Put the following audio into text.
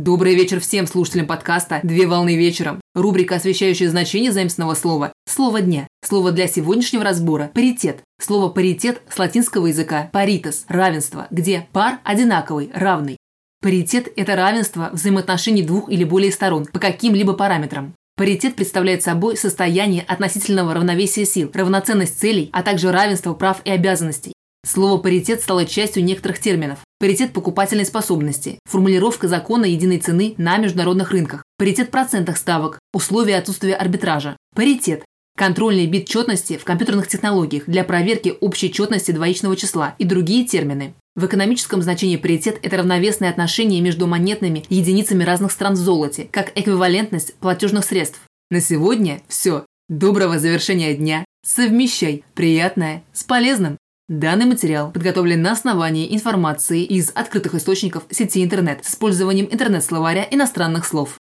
Добрый вечер всем слушателям подкаста «Две волны вечером». Рубрика, освещающая значение заимственного слова «Слово дня». Слово для сегодняшнего разбора – паритет. Слово паритет с латинского языка paritas – равенство, где пар – одинаковый, равный. Паритет – это равенство взаимоотношений двух или более сторон по каким-либо параметрам. Паритет представляет собой состояние относительного равновесия сил, равноценность целей, а также равенство прав и обязанностей. Слово «паритет» стало частью некоторых терминов. Паритет покупательной способности, формулировка закона единой цены на международных рынках, паритет процентных ставок, условия отсутствия арбитража. Паритет – контрольный бит четности в компьютерных технологиях для проверки общей четности двоичного числа и другие термины. В экономическом значении паритет – это равновесное отношение между монетными единицами разных стран в золоте, как эквивалентность платежных средств. На сегодня все. Доброго завершения дня. Совмещай приятное с полезным. Данный материал подготовлен на основании информации из открытых источников сети интернет с использованием интернет-словаря иностранных слов.